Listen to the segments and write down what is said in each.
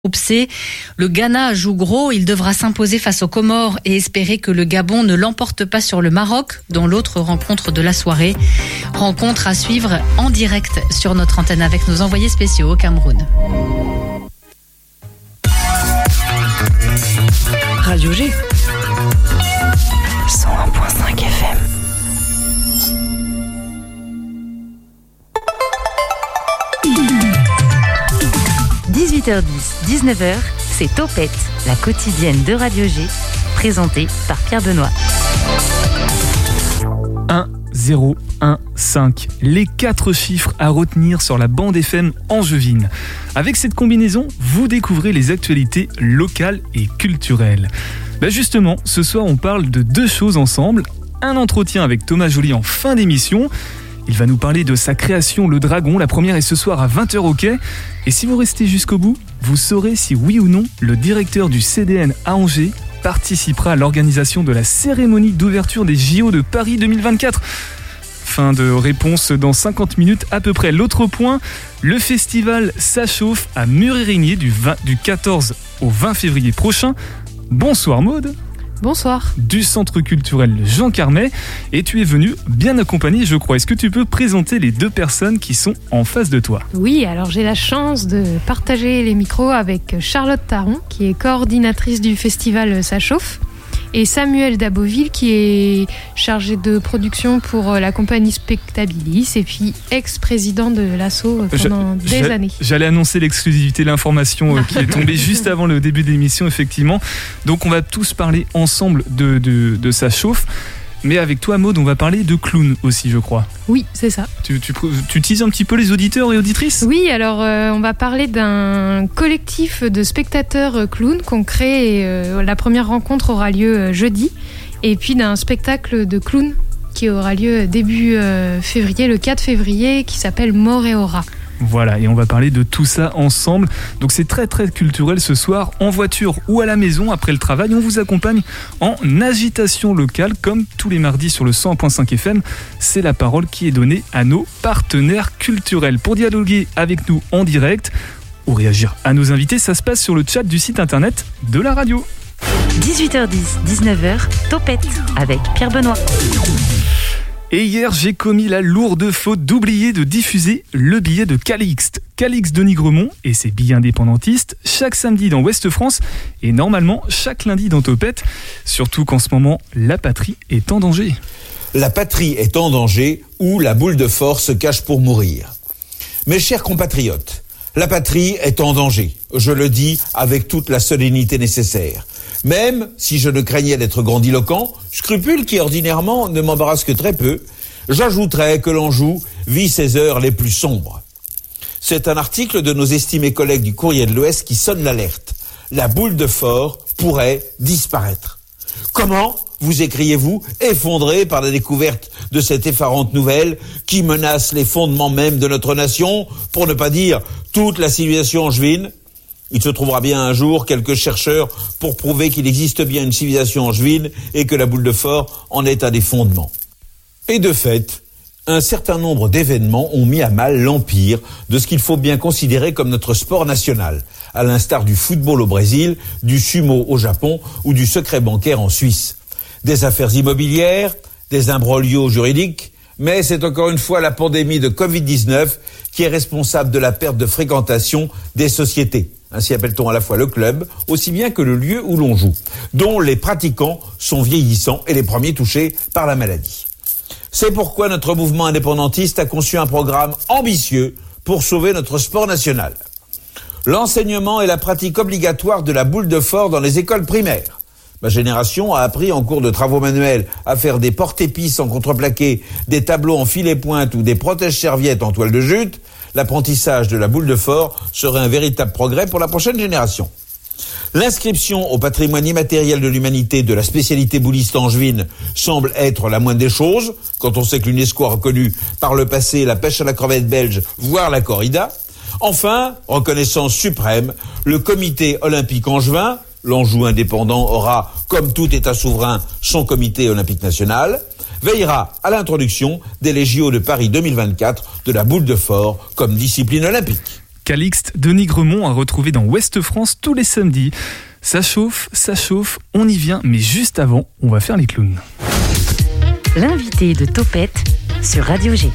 Groupe C, le Ghana joue gros, il devra s'imposer face aux Comores et espérer que le Gabon ne l'emporte pas sur le Maroc dans l'autre rencontre de la soirée. Rencontre à suivre en direct sur notre antenne avec nos envoyés spéciaux au Cameroun. Radio G 101.5 FM. « 18h10, 19h, c'est Topette, la quotidienne de Radio G, présentée par Pierre Benoît. 1, 0, 1, 5. Les 4 chiffres à retenir sur la bande FM angevine. Avec cette combinaison, vous découvrez les actualités locales et culturelles. Justement, ce soir, on parle de 2 choses ensemble. Un entretien avec Thomas Joly en fin d'émission. Il va nous parler de sa création Le Dragon. La première est ce soir à 20h au Quai. Et si vous restez jusqu'au bout, vous saurez si oui ou non le directeur du CDN à Angers participera à l'organisation de la cérémonie d'ouverture des JO de Paris 2024. Fin de réponse dans 50 minutes à peu près. L'autre point, le festival Ça chauffe à Mur-et-Régnier du 14 au 20 février prochain. Bonsoir Maude. Bonsoir. Du Centre culturel Jean Carmet. Et tu es venu bien accompagné, je crois. Est-ce que tu peux présenter les 2 personnes qui sont en face de toi ? Oui, alors j'ai la chance de partager les micros avec Charlotte Taron, qui est coordinatrice du festival Ça chauffe, et Samuel Daboville, qui est chargé de production pour la compagnie Spectabilis, et puis ex-président de l'asso pendant des années. J'allais annoncer l'exclusivité, l'information qui est tombée juste avant le début de l'émission, effectivement. Donc on va tous parler ensemble de Ça chauffe. Mais avec toi, Maud, on va parler de clown aussi, je crois. Oui, c'est ça. Tu teases un petit peu les auditeurs et auditrices ? Oui, alors on va parler d'un collectif de spectateurs clowns qu'on crée. La première rencontre aura lieu jeudi. Et puis d'un spectacle de clowns qui aura lieu début février, le 4 février, qui s'appelle Mort et Aura. Voilà, et on va parler de tout ça ensemble. Donc c'est très très culturel ce soir, en voiture ou à la maison après le travail. On vous accompagne en agitation locale, comme tous les mardis sur le 100.5 FM. C'est la parole qui est donnée à nos partenaires culturels. Pour dialoguer avec nous en direct ou réagir à nos invités, ça se passe sur le chat du site internet de la radio. 18h10, 19h, Topette avec Pierre Benoît. Et hier, j'ai commis la lourde faute d'oublier de diffuser le billet de Calixte. Calixte de Nigremont et ses billets indépendantistes, chaque samedi dans Ouest France et normalement chaque lundi dans Topette. Surtout qu'en ce moment, la patrie est en danger. La patrie est en danger ou la boule de force se cache pour mourir. Mes chers compatriotes, la patrie est en danger. Je le dis avec toute la solennité nécessaire. Même si je ne craignais d'être grandiloquent, scrupule qui ordinairement ne m'embarrasse que très peu, j'ajouterais que l'Anjou vit ses heures les plus sombres. C'est un article de nos estimés collègues du Courrier de l'Ouest qui sonne l'alerte. La boule de Fort pourrait disparaître. Comment ? Vous écriez-vous, effondré par la découverte de cette effarante nouvelle qui menace les fondements même de notre nation, pour ne pas dire toute la civilisation angevine ? Il se trouvera bien un jour quelques chercheurs pour prouver qu'il existe bien une civilisation angevine et que la boule de Fort en est un des fondements. Et de fait, un certain nombre d'événements ont mis à mal l'empire de ce qu'il faut bien considérer comme notre sport national, à l'instar du football au Brésil, du sumo au Japon ou du secret bancaire en Suisse. Des affaires immobilières, des imbroglios juridiques, mais c'est encore une fois la pandémie de Covid-19 qui est responsable de la perte de fréquentation des sociétés. Ainsi appelle-t-on à la fois le club, aussi bien que le lieu où l'on joue, dont les pratiquants sont vieillissants et les premiers touchés par la maladie. C'est pourquoi notre mouvement indépendantiste a conçu un programme ambitieux pour sauver notre sport national. L'enseignement et la pratique obligatoire de la boule de Fort dans les écoles primaires. Ma génération a appris en cours de travaux manuels à faire des porte-épices en contreplaqué, des tableaux en filet-pointe ou des protège-serviettes en toile de jute. L'apprentissage de la boule de Fort serait un véritable progrès pour la prochaine génération. L'inscription au patrimoine immatériel de l'humanité de la spécialité bouliste angevine semble être la moindre des choses, quand on sait que l'UNESCO a reconnu par le passé la pêche à la crevette belge, voire la corrida. Enfin, reconnaissance suprême, le comité olympique angevin, l'Anjou indépendant aura, comme tout État souverain, son comité olympique national, veillera à l'introduction des JO de Paris 2024 de la boule de Fort comme discipline olympique. Calixte de Nigremont à retrouver dans Ouest France tous les samedis. Ça chauffe, on y vient, mais juste avant, on va faire les clowns. L'invité de Topette sur Radio G.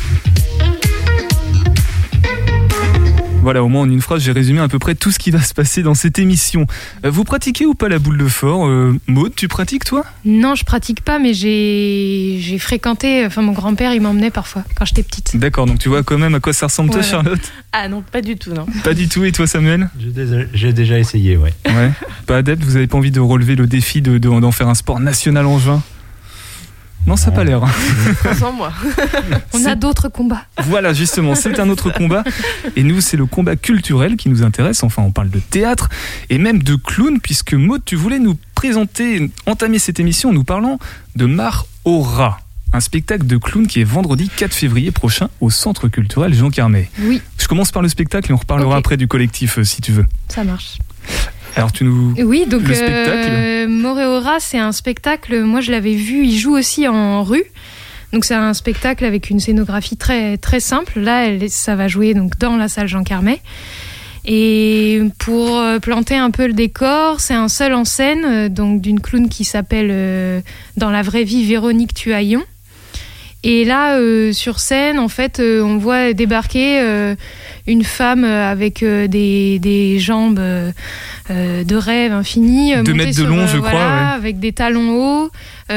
Voilà, au moins en une phrase, j'ai résumé à peu près tout ce qui va se passer dans cette émission. Vous pratiquez ou pas la boule de phare ? Maud, tu pratiques toi ? Non, je pratique pas, mais j'ai fréquenté, mon grand-père, il m'emmenait parfois, quand j'étais petite. D'accord, donc tu vois quand même à quoi ça ressemble toi, Charlotte ? Ah non, pas du tout, non. Pas du tout, et toi Samuel ? J'ai déjà essayé, ouais. Ouais. Pas adepte, vous avez pas envie de relever le défi d'en faire un sport national en juin ? Non, ça n'a pas l'air. Sans moi. On a d'autres combats. Voilà, justement, c'est un autre combat. Et nous, c'est le combat culturel qui nous intéresse. Enfin, on parle de théâtre et même de clown, puisque Maud, tu voulais nous entamer cette émission en nous parlant de Mar au rat, un spectacle de clown qui est vendredi 4 février prochain au Centre culturel Jean Carmet. Oui. Je commence par le spectacle et on reparlera après du collectif, si tu veux. Ça marche. Alors Oui, donc le spectacle. Moréora, c'est un spectacle, moi je l'avais vu, il joue aussi en rue. Donc c'est un spectacle avec une scénographie très, très simple. Là, ça va jouer donc dans la salle Jean Carmet. Et pour planter un peu le décor, c'est un seul en scène, donc d'une clown qui s'appelle dans la vraie vie Véronique Tuaillon. Et là, sur scène, en fait, on voit débarquer une femme avec des jambes de rêve infini. 2 mètres de long, je crois. Ouais. Avec des talons hauts,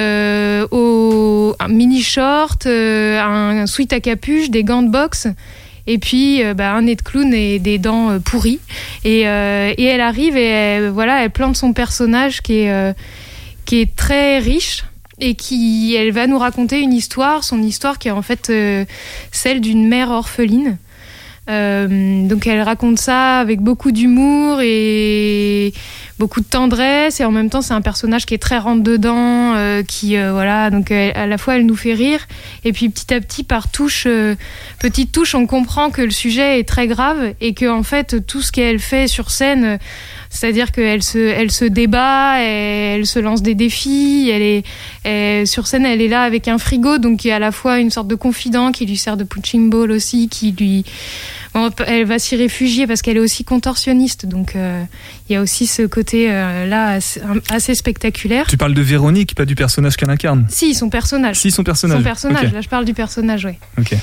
un mini-short, un sweat à capuche, des gants de boxe. Et puis un nez de clown et des dents pourries. Et elle arrive et elle plante son personnage qui est très riche. Et elle va nous raconter son histoire qui est en fait celle d'une mère orpheline. Donc elle raconte ça avec beaucoup d'humour et beaucoup de tendresse, et en même temps c'est un personnage qui est très rentre-dedans, donc à la fois elle nous fait rire, et puis petit à petit par petite touche, on comprend que le sujet est très grave et que en fait tout ce qu'elle fait sur scène, c'est-à-dire qu'elle se débat, elle se lance des défis, sur scène elle est là avec un frigo, donc qui est à la fois une sorte de confident qui lui sert de punching ball aussi, elle va s'y réfugier parce qu'elle est aussi contorsionniste, donc il y a aussi ce côté là assez spectaculaire. Tu parles de Véronique, pas du personnage qu'elle incarne ? Si, son personnage. Son personnage, okay. Là je parle du personnage, oui. Okay.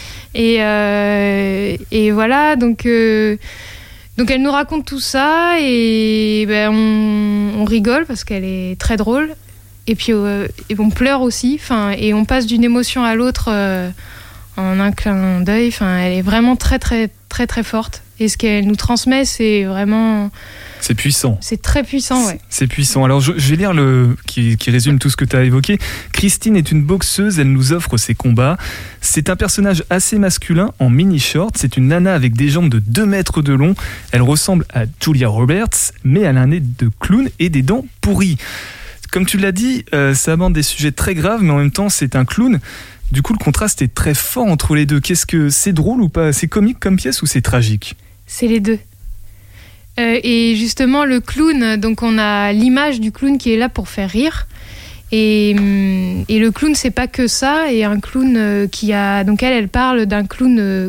Et voilà, donc elle nous raconte tout ça, et on rigole parce qu'elle est très drôle, et puis on pleure aussi, et on passe d'une émotion à l'autre en un clin d'œil. Elle est vraiment très très très très forte, et ce qu'elle nous transmet, c'est vraiment... C'est puissant. C'est très puissant, ouais. C'est puissant. Alors je vais lire qui résume tout ce que tu as évoqué. Christine est une boxeuse, elle nous offre ses combats. C'est un personnage assez masculin en mini-short. C'est une nana avec des jambes de 2 mètres de long. Elle ressemble à Julia Roberts, mais elle a un nez de clown et des dents pourries. Comme tu l'as dit, ça aborde des sujets très graves, mais en même temps c'est un clown. Du coup, le contraste est très fort entre les deux. Qu'est-ce que c'est drôle ou pas ? C'est comique comme pièce ou c'est tragique ? C'est les deux. Et justement, le clown, donc on a l'image du clown qui est là pour faire rire. Et le clown, c'est pas que ça. Et un clown donc elle parle d'un clown,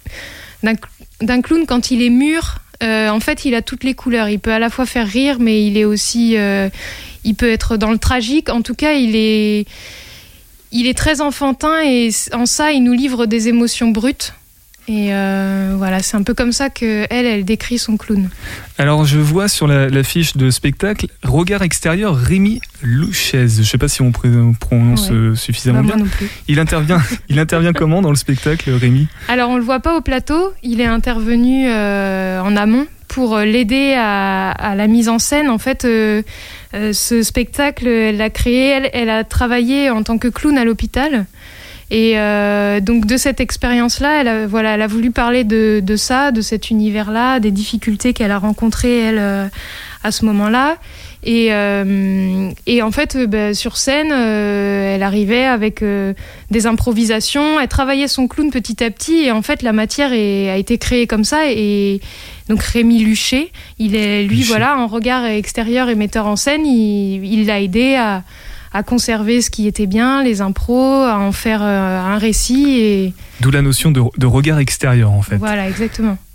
d'un clown quand il est mûr. En fait, il a toutes les couleurs. Il peut à la fois faire rire, mais il est aussi, il peut être dans le tragique. En tout cas, il est très enfantin, et en ça, il nous livre des émotions brutes. Et voilà, c'est un peu comme ça qu'elle décrit son clown. Alors, je vois sur la fiche de spectacle, regard extérieur, Rémi Louchez. Je ne sais pas si on prononce suffisamment bien. Moi non plus. Il intervient comment dans le spectacle, Rémi ? Alors, on ne le voit pas au plateau. Il est intervenu en amont pour l'aider à la mise en scène. En fait, ce spectacle, elle l'a créé, elle a travaillé en tant que clown à l'hôpital. Et donc de cette expérience-là, elle a voulu parler de ça, de cet univers-là, des difficultés qu'elle a rencontrées, elle, à ce moment-là. Et en fait, sur scène, elle arrivait avec des improvisations, elle travaillait son clown petit à petit, et en fait, la matière a été créée comme ça. Et donc Rémi Luchet, il est, lui, voilà, en regard extérieur et metteur en scène, il l'a aidé à conserver ce qui était bien, les impros, à en faire un récit. D'où la notion de regard extérieur, en fait. Voilà, exactement.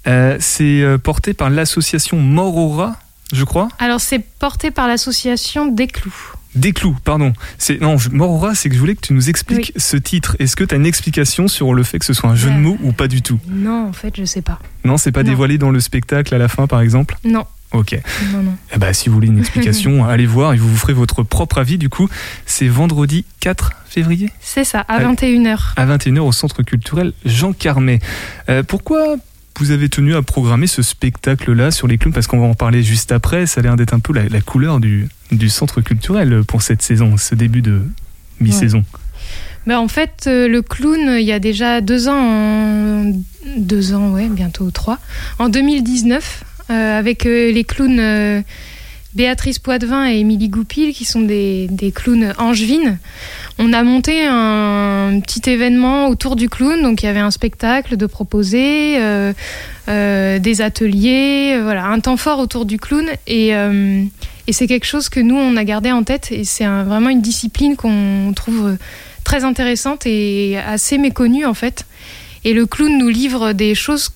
C'est porté par l'association Morora, je crois. Alors, c'est porté par l'association Des Clous. Des Clous, pardon. Morora, c'est que je voulais que tu nous expliques ce titre. Est-ce que tu as une explication sur le fait que ce soit un jeu de mots ou pas du tout ? Non, en fait, je sais pas. Non, c'est pas dévoilé dans le spectacle à la fin, par exemple ? Non. Ok. Non. Eh ben, si vous voulez une explication, allez voir et vous vous ferez votre propre avis. Du coup, c'est vendredi 4 février ? C'est ça, à 21h. À 21h au Centre culturel Jean Carmet. Pourquoi vous avez tenu à programmer ce spectacle-là sur les clowns ? Parce qu'on va en parler juste après. Ça a l'air d'être un peu la couleur du Centre culturel pour cette saison, ce début de mi-saison. Ouais. En fait, le clown, il y a déjà 2 ans, bientôt 3, en 2019, avec les clowns Béatrice Poitvin et Émilie Goupil, qui sont des clowns angevines. On a monté un petit événement autour du clown, donc il y avait un spectacle de proposer, des ateliers, un temps fort autour du clown, et c'est quelque chose que nous on a gardé en tête, et c'est vraiment une discipline qu'on trouve très intéressante et assez méconnue en fait. Et le clown nous livre des choses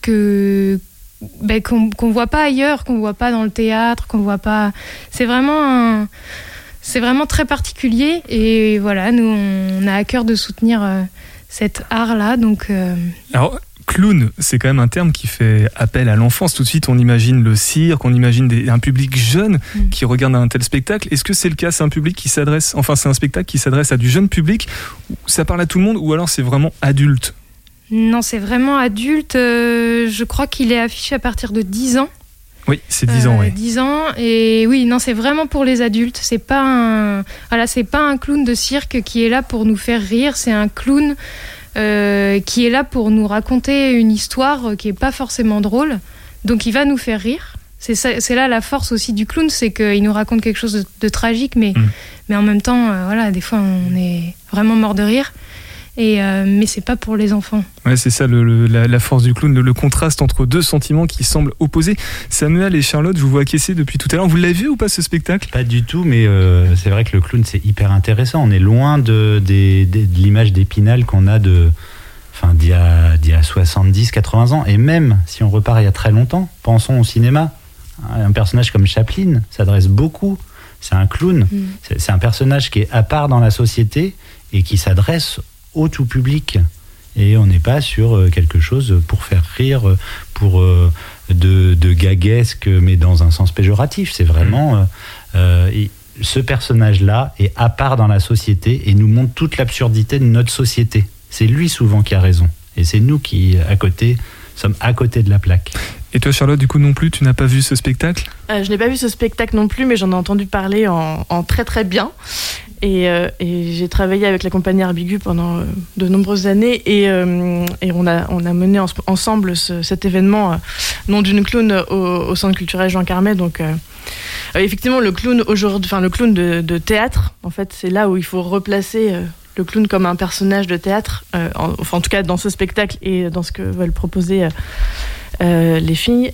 qu'on voit pas ailleurs, qu'on voit pas dans le théâtre, qu'on voit pas. C'est vraiment très particulier, et voilà, nous on a à cœur de soutenir cet art-là. Donc. Alors, clown, c'est quand même un terme qui fait appel à l'enfance. Tout de suite, on imagine le cirque, on imagine un public jeune qui regarde un tel spectacle. Est-ce que c'est le cas ? C'est un public qui s'adresse, c'est un spectacle qui s'adresse à du jeune public. Ça parle à tout le monde, ou alors c'est vraiment adulte ? Non, c'est vraiment adulte. Je crois qu'il est affiché à partir de 10 ans. Oui, c'est 10 ans, oui. 10 ans, et oui, non, c'est vraiment pour les adultes. C'est pas un clown de cirque qui est là pour nous faire rire. C'est un clown qui est là pour nous raconter une histoire qui est pas forcément drôle. Donc, il va nous faire rire. C'est là la force aussi du clown, c'est qu'il nous raconte quelque chose de tragique, mais en même temps, des fois, on est vraiment mort de rire. Mais c'est pas pour les enfants. Ouais, c'est ça la force du clown, le contraste entre deux sentiments qui semblent opposés. Samuel et Charlotte, je vous vois acquiescer depuis tout à l'heure. Vous l'avez vu ou pas ce spectacle ? Pas du tout, mais c'est vrai que le clown c'est hyper intéressant. On est loin de l'image d'Épinal qu'on a d'il y a 70-80 ans. Et même si on repart il y a très longtemps, pensons au cinéma. Un personnage comme Chaplin s'adresse beaucoup. C'est un clown. C'est un personnage qui est à part dans la société et qui s'adresse au tout public, et on n'est pas sur quelque chose pour faire rire, pour de gaguesque, mais dans un sens péjoratif. C'est vraiment ce personnage-là est à part dans la société et nous montre toute l'absurdité de notre société. C'est lui souvent qui a raison, et c'est nous qui sommes à côté de la plaque. Et toi, Charlotte, du coup non plus, tu n'as pas vu ce spectacle ? Je n'ai pas vu ce spectacle non plus, mais j'en ai entendu parler en très très bien. Et j'ai travaillé avec la compagnie Arbigu pendant de nombreuses années, et on a mené ensemble cet événement Nom d'une clown au Centre culturel Jean Carmet. Donc effectivement, le clown aujourd'hui, le clown de théâtre, en fait, c'est là où il faut replacer le clown comme un personnage de théâtre, en tout cas dans ce spectacle et dans ce que veulent proposer les filles.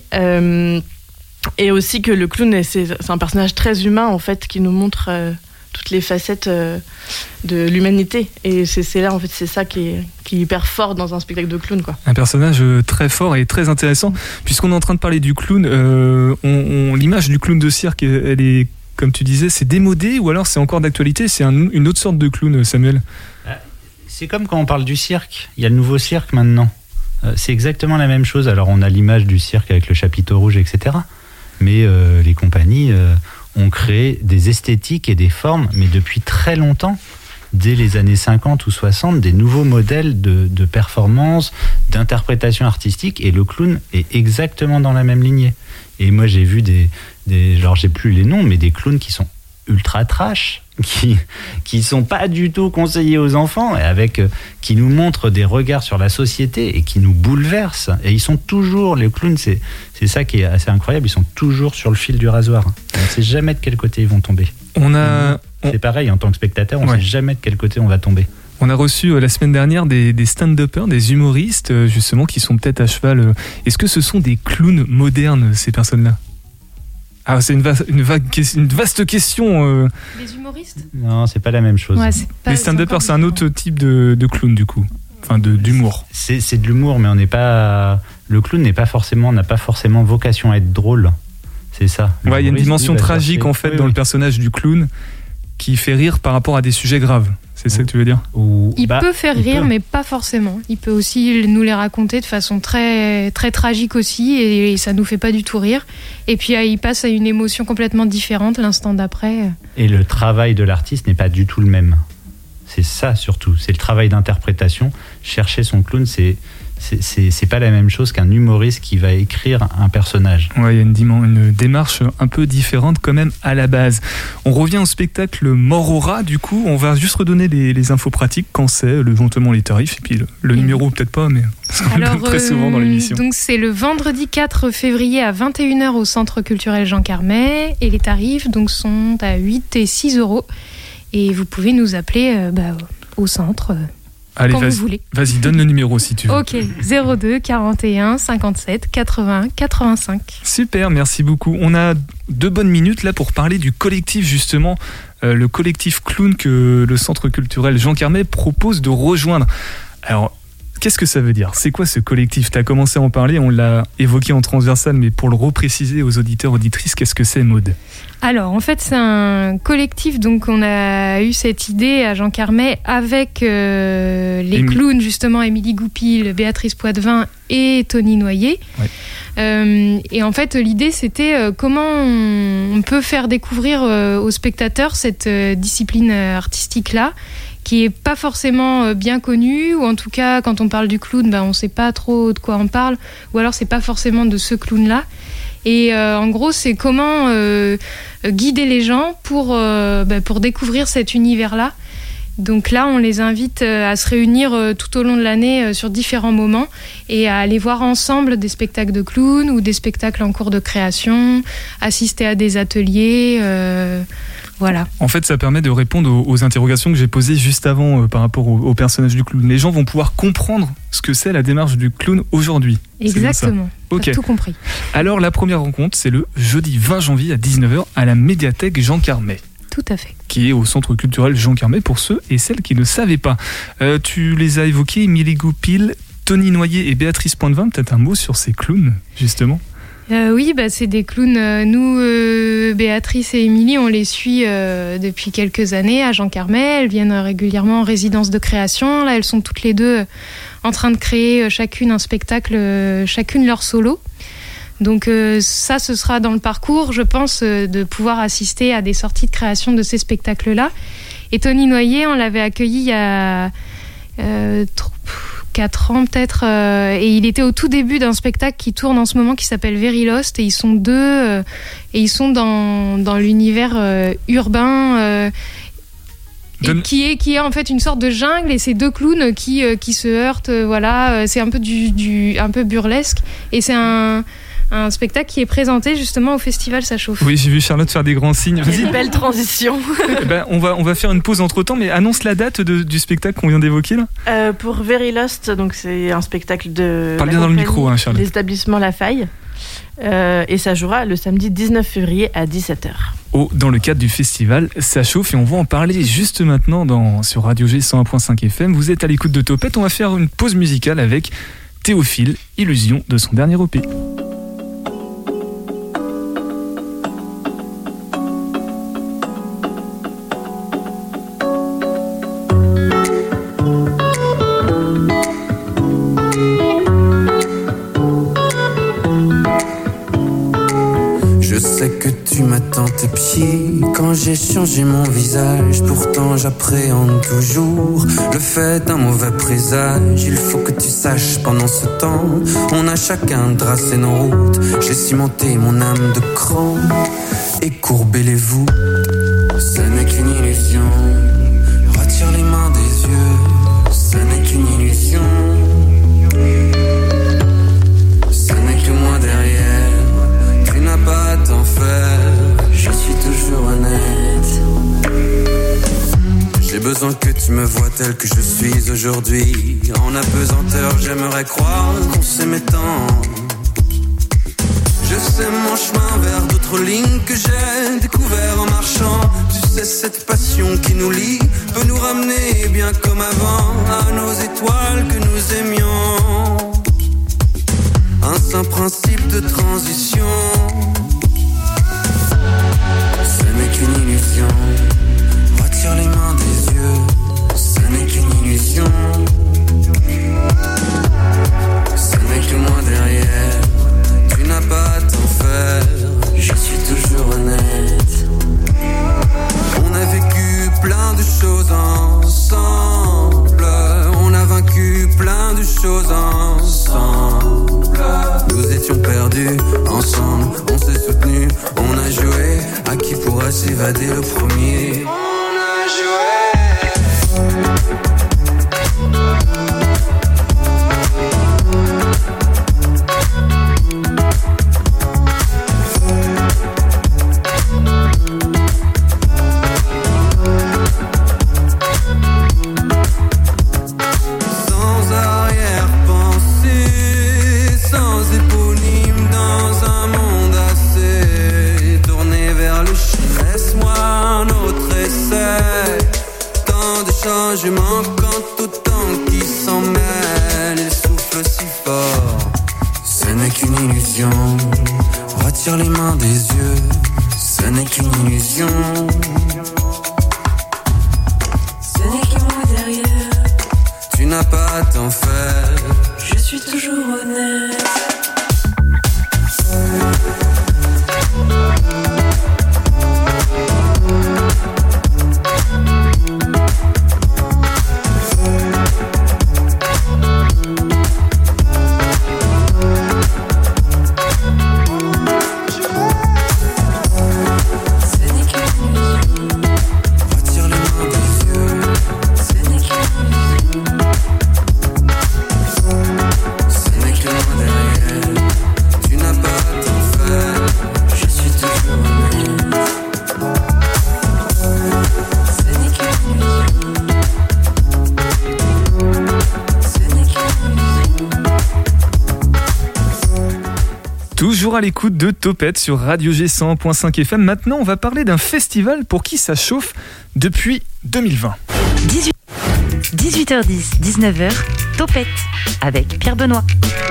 Et aussi que le clown, c'est un personnage très humain, en fait, qui nous montre toutes les facettes de l'humanité. Et c'est là, en fait, c'est ça qui est hyper fort dans un spectacle de clown, quoi. Un personnage très fort et très intéressant. Puisqu'on est en train de parler du clown, l'image du clown de cirque, elle est, comme tu disais, c'est démodé, ou alors c'est encore d'actualité, c'est une autre sorte de clown, Samuel ? C'est comme quand on parle du cirque. Il y a le nouveau cirque maintenant. C'est exactement la même chose. Alors on a l'image du cirque avec le chapiteau rouge, etc. Mais les compagnies ont créé des esthétiques et des formes, mais depuis très longtemps, dès les années 50 ou 60, des nouveaux modèles de performance, d'interprétation artistique, et le clown est exactement dans la même lignée. Et moi j'ai vu genre j'ai plus les noms, mais des clowns qui sont ultra trash, qui sont pas du tout conseillés aux enfants, et qui nous montrent des regards sur la société et qui nous bouleversent. Et ils sont toujours, les clowns, c'est ça qui est assez incroyable, ils sont toujours sur le fil du rasoir. On ne sait jamais de quel côté ils vont tomber. C'est pareil, en tant que spectateur, on ne sait jamais de quel côté on va tomber. On a reçu la semaine dernière des stand-uppers, des humoristes, justement, qui sont peut-être à cheval. Est-ce que ce sont des clowns modernes, ces personnes-là ? Ah, c'est une vaste question. Les humoristes ? Non, c'est pas la même chose. Ouais, les stand-uppers, c'est un autre type de clown, du coup. Enfin, d'humour. C'est de l'humour, mais on n'est pas le clown n'a pas forcément vocation à être drôle. C'est ça. Il y a une dimension tragique en fait dans le personnage du clown qui fait rire par rapport à des sujets graves. C'est ça que tu veux dire ? Il peut faire rire, mais pas forcément. Il peut aussi nous les raconter de façon très, très tragique aussi, et ça nous fait pas du tout rire. Et puis il passe à une émotion complètement différente l'instant d'après. Et le travail de l'artiste n'est pas du tout le même. C'est ça surtout. C'est le travail d'interprétation. Chercher son clown, c'est pas la même chose qu'un humoriste qui va écrire un personnage. Ouais, il y a une démarche un peu différente quand même à la base. On revient au spectacle Morora, du coup, on va juste redonner les infos pratiques, quand c'est, éventuellement les tarifs, et puis le numéro peut-être pas, mais alors, très souvent dans l'émission. Donc c'est le vendredi 4 février à 21h au Centre culturel Jean Carmet, et les tarifs donc, sont à 8 et 6 €. Et vous pouvez nous appeler au centre. Allez, quand vous voulez. Vas-y, donne le numéro si tu veux. Ok, 02 41 57 80 85. Super, merci beaucoup. On a 2 bonnes minutes là pour parler du collectif justement, le collectif clown que le Centre culturel Jean Carmet propose de rejoindre. Alors, qu'est-ce que ça veut dire ? C'est quoi ce collectif ? Tu as commencé à en parler, on l'a évoqué en transversal, mais pour le repréciser aux auditeurs, auditrices, qu'est-ce que c'est, Maud ? Alors, en fait, c'est un collectif, donc on a eu cette idée à Jean Carmet avec les clowns, justement, Émilie Goupil, Béatrice Poitvin et Tony Noyer. Ouais. Et en fait, l'idée, c'était comment on peut faire découvrir aux spectateurs cette discipline artistique-là, qui est pas forcément bien connue, ou en tout cas, quand on parle du clown, on sait pas trop de quoi on parle, ou alors c'est pas forcément de ce clown-là. Et en gros, c'est comment guider les gens pour découvrir cet univers-là. Donc là, on les invite à se réunir tout au long de l'année sur différents moments et à aller voir ensemble des spectacles de clowns ou des spectacles en cours de création, assister à des ateliers. Voilà. En fait, ça permet de répondre aux interrogations que j'ai posées juste avant par rapport au personnage du clown. Les gens vont pouvoir comprendre ce que c'est la démarche du clown aujourd'hui. Exactement. Okay. Tout compris. Alors, la première rencontre, c'est le jeudi 20 janvier à 19h à la médiathèque Jean Carmet. Tout à fait. Qui est au Centre culturel Jean Carmet pour ceux et celles qui ne savaient pas. Tu les as évoqués, Émilie Goupil, Tony Noyer et Béatrice Poitvin. Peut-être un mot sur ces clowns, justement. Oui, c'est des clowns. Nous, Béatrice et Émilie, on les suit depuis quelques années à Jean Carmet. Elles viennent régulièrement en résidence de création. Là, elles sont toutes les deux en train de créer chacune un spectacle, chacune leur solo. Donc ça, ce sera dans le parcours, je pense, de pouvoir assister à des sorties de création de ces spectacles-là. Et Tony Noyer, on l'avait accueilli il y a 4 ans peut-être, et il était au tout début d'un spectacle qui tourne en ce moment qui s'appelle Very Lost, et ils sont deux, et ils sont dans l'univers urbain, et qui est en fait une sorte de jungle, et c'est deux clowns qui se heurtent, voilà, c'est un peu un peu burlesque, et c'est un spectacle qui est présenté justement au festival Ça Chauffe. Oui, j'ai vu Charlotte faire des grands signes. Vas-y. Une belle transition. On va faire une pause entre temps, mais annonce la date du spectacle qu'on vient d'évoquer là. Pour Very Lost, donc c'est un spectacle de Parle bien dans le micro, Charlotte. L'établissement La Faille. Et ça jouera le samedi 19 février à 17h. Dans le cadre du festival Ça Chauffe, et on va en parler juste maintenant sur Radio G 101.5 FM. Vous êtes à l'écoute de Topette, on va faire une pause musicale avec Théophile, Illusion de son dernier EP. Tes pieds quand j'ai changé mon visage. Pourtant j'appréhende toujours le fait d'un mauvais présage. Il faut que tu saches, pendant ce temps on a chacun tracé nos routes. J'ai cimenté mon âme de cran et courbé les voûtes. Ce n'est qu'une illusion. Retire les mains des yeux. Ce n'est qu'une illusion. Ce n'est que moi derrière. Tu n'as pas à t'en faire. Je suis toujours honnête. J'ai besoin que tu me vois tel que je suis aujourd'hui. En apesanteur, j'aimerais croire qu'on s'aimait tant. Je sais mon chemin vers d'autres lignes que j'ai découvert en marchant. Tu sais, cette passion qui nous lie peut nous ramener bien comme avant à nos étoiles que nous aimions. lance un principe de transition. Ce n'est qu'une illusion. Retire les mains des yeux. Ce n'est qu'une illusion. Ce n'est que moi derrière. Tu n'as pas à t'en faire. Je suis toujours honnête. On a vécu plein de choses ensemble. On a vaincu plein de choses ensemble. Nous étions perdus ensemble. On s'est soutenus, on a joué. À qui pourra s'évader le premier? On a joué. Quand autant qui s'en mêle et souffle si fort. Ce n'est qu'une illusion. Retire les mains des yeux. Ce n'est qu'une illusion. Ce n'est que moi derrière. Tu n'as pas à t'en faire. Je suis toujours honnête. Toujours à l'écoute de Topette sur Radio G 100.5 FM. Maintenant, on va parler d'un festival pour qui ça chauffe depuis 2020. 18h10, 19h, Topette avec Pierre Benoît.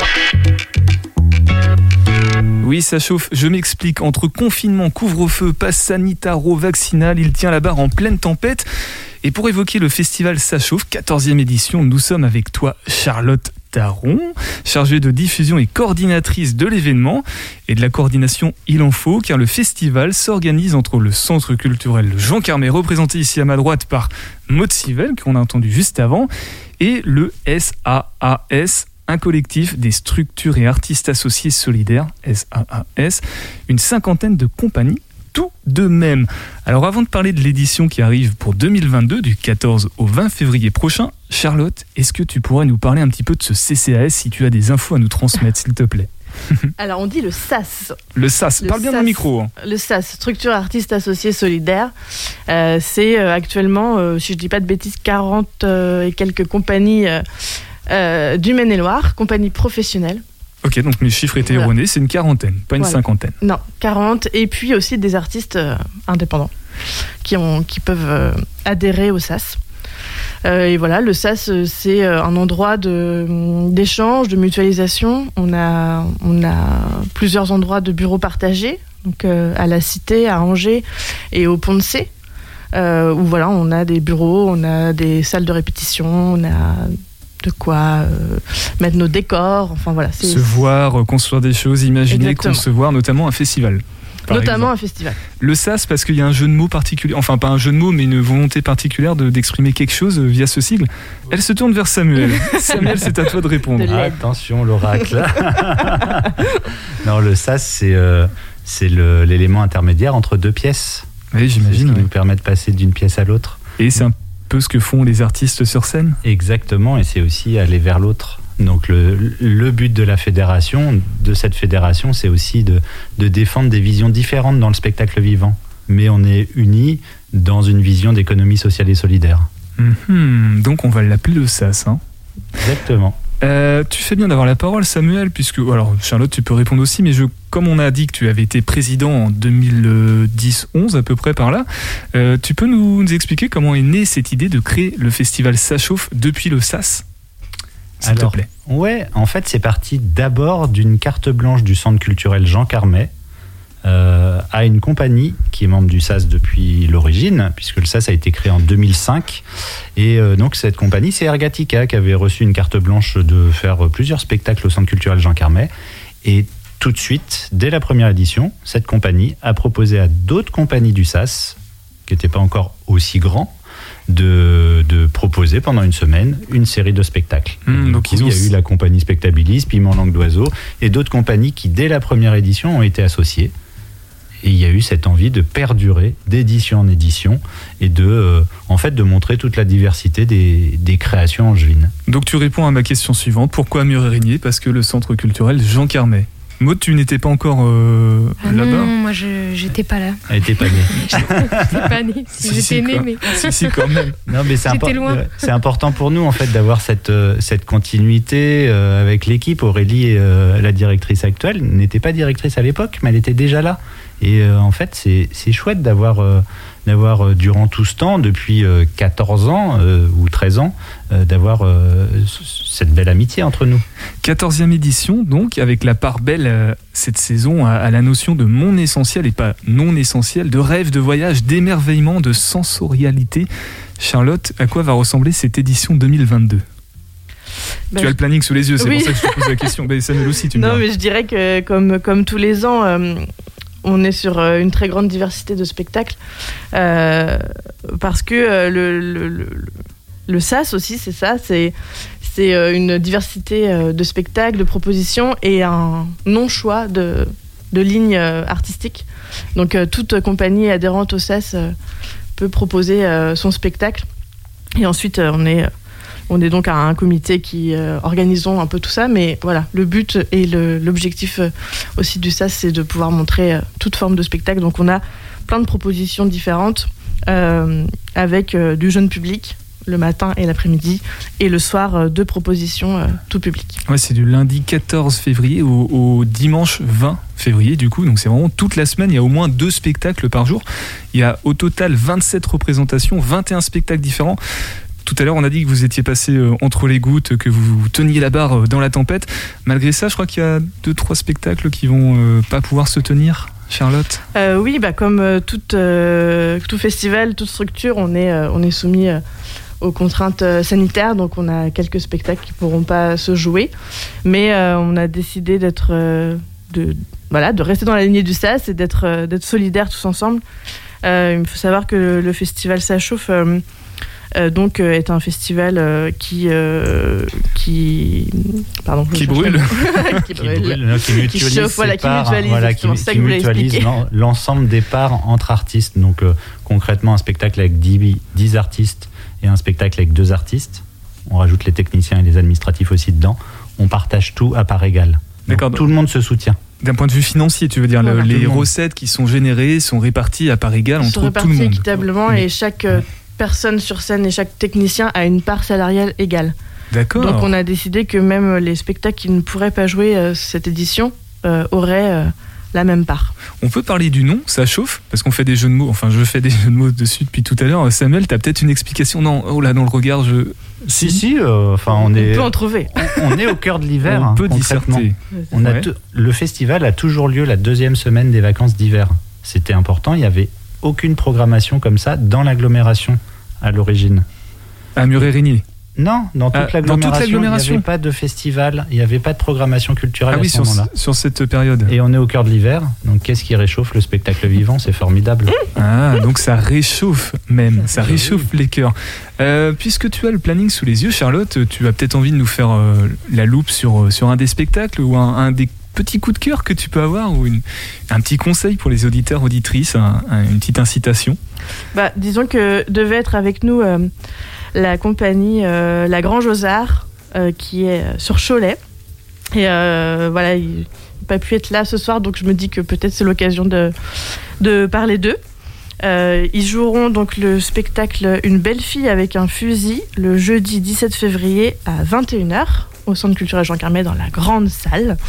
Oui, ça chauffe, je m'explique. Entre confinement, couvre-feu, passe sanitaro-vaccinal, il tient la barre en pleine tempête. Et pour évoquer le festival Ça chauffe, 14e édition, nous sommes avec toi, Charlotte Taron, chargée de diffusion et coordinatrice de l'événement et de la coordination Il en faut, car le festival s'organise entre le Centre culturel Jean Carmet, représenté ici à ma droite par Maud Sivel, qu'on a entendu juste avant, et le SAAS, un collectif des structures et artistes associés solidaires, SAAS, une cinquantaine de compagnies tout de même. Alors avant de parler de l'édition qui arrive pour 2022, du 14 au 20 février prochain, Charlotte, est-ce que tu pourrais nous parler un petit peu de ce CCAS si tu as des infos à nous transmettre, s'il te plaît? Alors on dit le SAS. Le SAS, parle bien dans le micro. Hein. Le SAS, Structure Artistes Associés Solidaires. C'est actuellement, si je ne dis pas de bêtises, 40 et quelques compagnies du Maine-et-Loire, compagnies professionnelles. Ok, donc mes chiffres étaient erronés, c'est une quarantaine, pas une cinquantaine. Non, 40, et puis aussi des artistes indépendants qui peuvent adhérer au SAS. Et voilà, le SAS, c'est un endroit d'échange, de mutualisation. On a plusieurs endroits de bureaux partagés, donc à la Cité, à Angers et au Pont de C, où voilà, on a des bureaux, on a des salles de répétition, on a de quoi mettre nos décors, enfin voilà. Se voir, construire des choses, imaginer, exactement. Concevoir notamment un festival. Notamment un festival. Le SAS, parce qu'il y a un jeu de mots particulier, enfin pas un jeu de mots, mais une volonté particulière d'exprimer quelque chose via ce sigle. Elle se tourne vers Samuel. Samuel, c'est à toi de répondre. Attention, l'oracle. Non, le SAS, c'est l'élément intermédiaire entre deux pièces. Oui, j'imagine. C'est ce qui nous permet de passer d'une pièce à l'autre. Et c'est un peu ce que font les artistes sur scène. Exactement, et c'est aussi aller vers l'autre. Donc le but de cette fédération, c'est aussi de défendre des visions différentes dans le spectacle vivant. Mais on est unis dans une vision d'économie sociale et solidaire. Donc on va l'appeler le SAS. Hein. Exactement. Tu fais bien d'avoir la parole, Samuel, puisque, alors Charlotte, tu peux répondre aussi, mais comme on a dit que tu avais été président en 2010-11 à peu près par là, tu peux nous expliquer comment est née cette idée de créer le festival Ça chauffe depuis le SAS ? s'il te plaît. Ouais, en fait, c'est parti d'abord d'une carte blanche du Centre culturel Jean Carmet à une compagnie qui est membre du SAS depuis l'origine, puisque le SAS a été créé en 2005. Et donc, cette compagnie, c'est Ergatica qui avait reçu une carte blanche de faire plusieurs spectacles au Centre culturel Jean Carmet. Et tout de suite, dès la première édition, cette compagnie a proposé à d'autres compagnies du SAS, qui n'étaient pas encore aussi grands, de proposer pendant une semaine une série de spectacles. Donc il y a eu la compagnie Spectabilis, Piment Langue d'Oiseau, et d'autres compagnies qui, dès la première édition, ont été associées. Et il y a eu cette envie de perdurer d'édition en édition et de montrer toute la diversité des créations angevines. Donc tu réponds à ma question suivante. Pourquoi Mur-et-Régnier ? Parce que le Centre culturel Jean Carmet. Maud, tu n'étais pas encore là-bas ? Non, moi j'étais pas là. Elle n'était pas née. J'étais pas née. J'étais née, mais... Si, quand même. Non, mais j'étais loin. C'est important pour nous, en fait, d'avoir cette continuité avec l'équipe. Aurélie, la directrice actuelle, n'était pas directrice à l'époque, mais elle était déjà là. Et en fait, c'est chouette d'avoir durant tout ce temps, depuis 14 ans ou 13 ans, d'avoir cette belle amitié entre nous. 14e édition, donc, avec la part belle cette saison à la notion de mon essentiel et pas non essentiel, de rêve, de voyage, d'émerveillement, de sensorialité. Charlotte, à quoi va ressembler cette édition 2022 ? Tu as le planning sous les yeux, c'est pour ça que je te pose la question. Samuel aussi, tu me dis. Non, mais je dirais que comme tous les ans... on est sur une très grande diversité de spectacles parce que le SAS aussi, c'est ça, c'est une diversité de spectacles, de propositions et un non-choix de lignes artistiques. Donc toute compagnie adhérente au SAS peut proposer son spectacle. Et ensuite, on est donc à un comité qui organisons un peu tout ça, mais voilà, le but et l'objectif aussi du SAS, c'est de pouvoir montrer toute forme de spectacle. Donc on a plein de propositions différentes avec du jeune public le matin et l'après-midi, et le soir, 2 propositions tout public. Ouais, c'est du lundi 14 février au dimanche 20 février, du coup, donc c'est vraiment toute la semaine, il y a au moins 2 spectacles par jour. Il y a au total 27 représentations, 21 spectacles différents. Tout à l'heure, on a dit que vous étiez passé entre les gouttes, que vous teniez la barre dans la tempête. Malgré ça, je crois qu'il y a 2-3 spectacles qui vont pas pouvoir se tenir. Charlotte ? Oui, comme tout festival, toute structure, on est soumis aux contraintes sanitaires, donc on a quelques spectacles qui ne pourront pas se jouer. Mais on a décidé de rester dans la lignée du SAS et d'être solidaires tous ensemble. Il faut savoir que le festival Ça Chauffe... est un festival qui brûle, qui mutualise l'ensemble des parts entre artistes. Donc concrètement, un spectacle avec 10 artistes et un spectacle avec 2 artistes. On rajoute les techniciens et les administratifs aussi dedans. On partage tout à part égale. D'accord. Tout le monde se soutient. D'un point de vue financier, tu veux dire, voilà, les recettes qui sont générées sont réparties à part égale entre tout le monde. Sont réparties équitablement et chaque personne sur scène et chaque technicien a une part salariale égale. D'accord. Donc on a décidé que même les spectacles qui ne pourraient pas jouer cette édition auraient la même part. On peut parler du nom, Ça Chauffe, parce qu'on fait des jeux de mots, enfin je fais des jeux de mots dessus depuis tout à l'heure. Samuel, tu as peut-être une explication ? Non, oh là, dans le regard, Si, on peut en trouver. On est au cœur de l'hiver. On peut disserter. Le festival a toujours lieu la 2e semaine des vacances d'hiver. C'était important, il n'y avait aucune programmation comme ça dans l'agglomération à l'origine. À Mur-et-Régnier ? Non, dans toute l'agglomération, il n'y avait pas de festival, il n'y avait pas de programmation culturelle à ce moment-là. Sur cette période. Et on est au cœur de l'hiver, donc qu'est-ce qui réchauffe le spectacle vivant ? C'est formidable. Ah, donc ça réchauffe même, ça réchauffe les cœurs. Puisque tu as le planning sous les yeux, Charlotte, tu as peut-être envie de nous faire la loupe sur un des spectacles ou un des petits coups de cœur que tu peux avoir, ou un petit conseil pour les auditeurs, auditrices, une petite incitation. Disons que devait être avec nous la compagnie La Grange aux Arts qui est sur Cholet. Et il n'a pas pu être là ce soir, donc je me dis que peut-être c'est l'occasion de parler d'eux. Ils joueront donc le spectacle Une belle fille avec un fusil le jeudi 17 février à 21h au Centre culturel Jean Carmet dans la grande salle.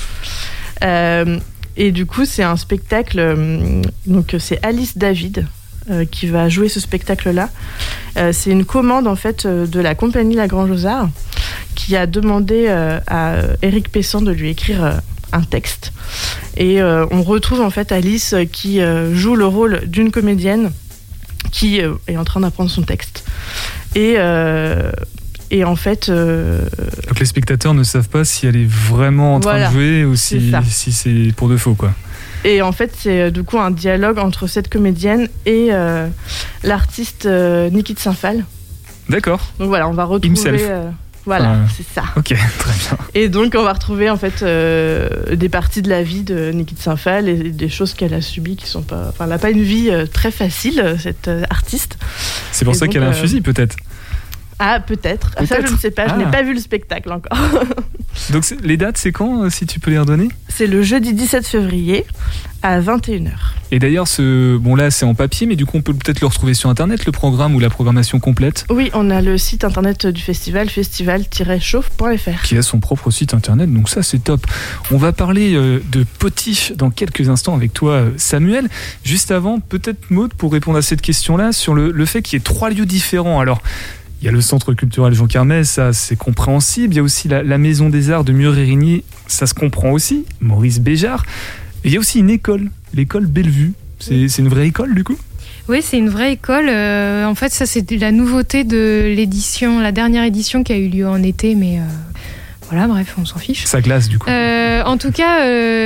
Et du coup, c'est un spectacle. Donc, c'est Alice David qui va jouer ce spectacle-là. C'est une commande en fait de la compagnie La Grange aux Arts qui a demandé à Éric Pessan de lui écrire un texte. Et on retrouve en fait Alice qui joue le rôle d'une comédienne qui est en train d'apprendre son texte. Et en fait... Donc les spectateurs ne savent pas si elle est vraiment en train de jouer ou si c'est pour de faux, quoi. Et en fait, c'est du coup un dialogue entre cette comédienne et l'artiste Niki de Saint-Phal. D'accord. Donc voilà, on va retrouver... c'est ça. Ok, très bien. Et donc, on va retrouver en fait des parties de la vie de Niki de Saint-Phal et des choses qu'elle a subies qui sont pas... Enfin, elle n'a pas une vie très facile, cette artiste. C'est pour ça qu'elle a un fusil, peut-être. Ah, peut-être. Ça, je ne sais pas. Je n'ai pas vu le spectacle encore. Donc, les dates, c'est quand, si tu peux les redonner ? C'est le jeudi 17 février à 21h. Et d'ailleurs, là, c'est en papier, mais du coup, on peut peut-être le retrouver sur Internet, le programme ou la programmation complète ? Oui, on a le site Internet du festival, festival-chauffe.fr. Qui a son propre site Internet, donc ça, c'est top. On va parler de Potiche dans quelques instants avec toi, Samuel. Juste avant, peut-être, Maud, pour répondre à cette question-là, sur le fait qu'il y ait 3 lieux différents. Alors, il y a le Centre culturel Jean Carmet, ça c'est compréhensible. Il y a aussi la Maison des Arts de Mur-Érigny, ça se comprend aussi. Maurice Béjart. Et il y a aussi une école, l'école Bellevue. C'est une vraie école du coup ? Oui, c'est une vraie école. En fait, ça c'est la nouveauté de l'édition, la dernière édition qui a eu lieu en été, mais voilà, bref, on s'en fiche. Ça glace du coup. En tout cas,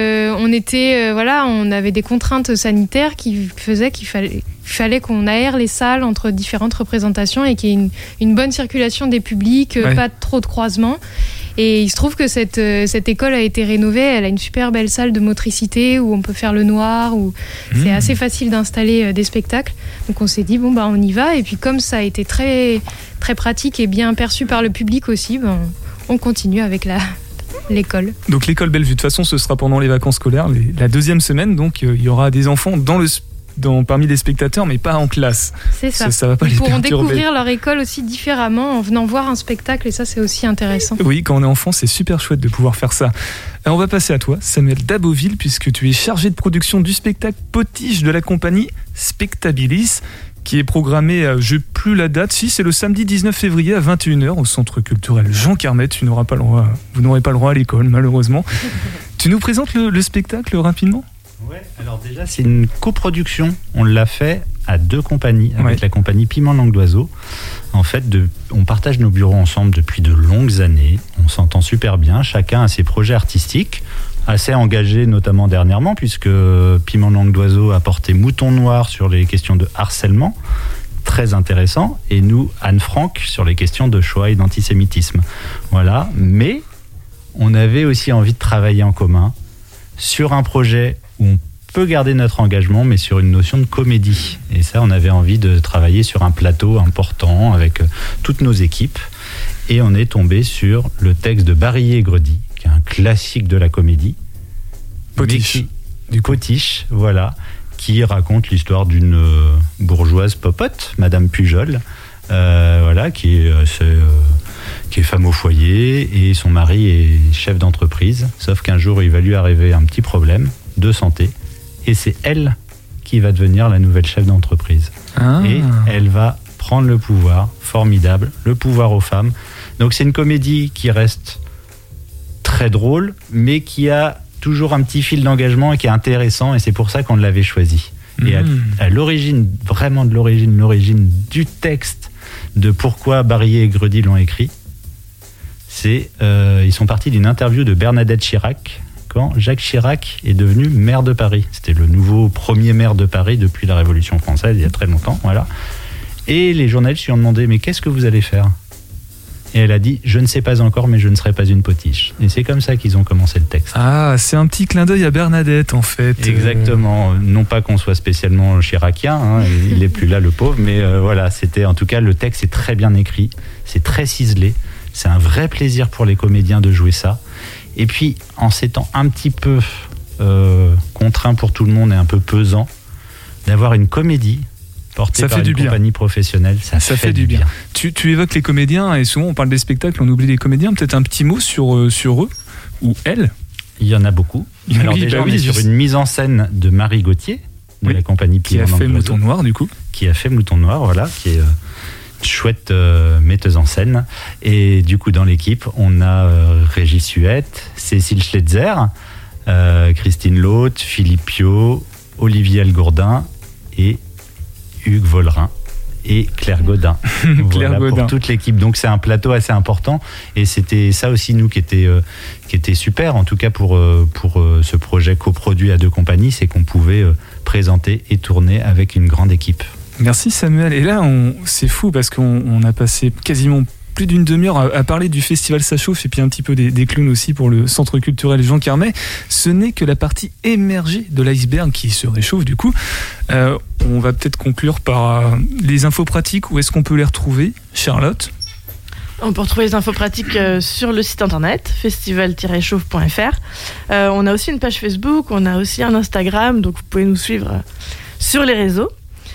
on avait des contraintes sanitaires qui faisaient qu'il fallait qu'on aère les salles entre différentes représentations et qu'il y ait une bonne circulation des publics, pas trop de croisements. Et il se trouve que cette école a été rénovée, elle a une super belle salle de motricité où on peut faire le noir, où c'est assez facile d'installer des spectacles. Donc on s'est dit, on y va. Et puis comme ça a été très, très pratique et bien perçu par le public aussi, on continue avec l'école. Donc l'école Bellevue, de toute façon, ce sera pendant les vacances scolaires, la deuxième semaine. Donc il y aura des enfants parmi les spectateurs, mais pas en classe. C'est ça. Ça va pas les perturber. Ils pourront découvrir leur école aussi différemment en venant voir un spectacle, et ça, c'est aussi intéressant. Oui, quand on est enfant, c'est super chouette de pouvoir faire ça. Alors, on va passer à toi, Samuel Daboville, puisque tu es chargé de production du spectacle Potiche de la compagnie Spectabilis, qui est programmé, je n'ai plus la date, si c'est le samedi 19 février à 21h au Centre culturel Jean Carmet. Vous n'aurez pas le droit à l'école, malheureusement. Tu nous présentes le spectacle rapidement ? Ouais, alors déjà c'est une coproduction, on l'a fait à 2 compagnies, avec la compagnie Piment Langue d'Oiseau. En fait, on partage nos bureaux ensemble depuis de longues années, on s'entend super bien, chacun a ses projets artistiques, assez engagés notamment dernièrement, puisque Piment Langue d'Oiseau a porté Mouton Noir sur les questions de harcèlement, très intéressant, et nous, Anne Frank, sur les questions de Shoah et d'antisémitisme. Voilà, mais on avait aussi envie de travailler en commun sur un projet où on peut garder notre engagement, mais sur une notion de comédie. Et ça, on avait envie de travailler sur un plateau important avec toutes nos équipes. Et on est tombé sur le texte de Barillet et Gredy, qui est un classique de la comédie. Potiche. Potiche, voilà, qui raconte l'histoire d'une bourgeoise popote, Madame Pujol, qui est femme au foyer, et son mari est chef d'entreprise. Sauf qu'un jour, il va lui arriver un petit problème de santé, et c'est elle qui va devenir la nouvelle chef d'entreprise. Et elle va prendre le pouvoir, formidable, le pouvoir aux femmes. Donc c'est une comédie qui reste très drôle, mais qui a toujours un petit fil d'engagement et qui est intéressant, et c'est pour ça qu'on l'avait choisi. Et à l'origine, vraiment de l'origine du texte, de pourquoi Barillet et Gredy l'ont écrit, ils sont partis d'une interview de Bernadette Chirac, quand Jacques Chirac est devenu maire de Paris. C'était le nouveau premier maire de Paris depuis la Révolution française, il y a très longtemps, voilà. Et les journalistes lui ont demandé, mais qu'est-ce que vous allez faire ? Et elle a dit, je ne sais pas encore, mais je ne serai pas une potiche. Et c'est comme ça qu'ils ont commencé le texte. Ah, c'est un petit clin d'œil à Bernadette, en fait. Exactement. Non pas qu'on soit spécialement chiracien, il n'est plus là, le pauvre, mais voilà, c'était, en tout cas, le texte est très bien écrit, c'est très ciselé, c'est un vrai plaisir pour les comédiens de jouer ça. Et puis, en ces temps un petit peu contraint pour tout le monde et un peu pesant, d'avoir une comédie portée par une compagnie professionnelle, ça fait du bien. Tu évoques les comédiens, et souvent on parle des spectacles, on oublie les comédiens. Peut-être un petit mot sur eux, ou elles. Il y en a beaucoup. Alors déjà, on est sur une mise en scène de Marie Gauthier, de la compagnie Piment Langue d'Oiseau. Qui a fait Mouton Noir, du coup. Qui a fait Mouton Noir, voilà, chouette metteuse en scène. Et du coup, dans l'équipe, on a Régis Huette, Cécile Schletzer, Christine Loth, Philippe Piot, Olivier Algourdin et Hugues Vollerin et Claire Godin. Claire Godin. Pour toute l'équipe. Donc c'est un plateau assez important et c'était ça aussi nous qui était super en tout cas pour ce projet coproduit à 2 compagnies, c'est qu'on pouvait présenter et tourner avec une grande équipe. Merci Samuel. Et là, c'est fou parce qu'on a passé quasiment plus d'une demi-heure à parler du festival Ça Chauffe et puis un petit peu des clowns aussi pour le centre culturel Jean Carmet. Ce n'est que la partie émergée de l'iceberg qui se réchauffe du coup. On va peut-être conclure par les infos pratiques. Où est-ce qu'on peut les retrouver, Charlotte ? On peut retrouver les infos pratiques sur le site internet festival-chauffe.fr. On a aussi une page Facebook, on a aussi un Instagram, donc vous pouvez nous suivre sur les réseaux.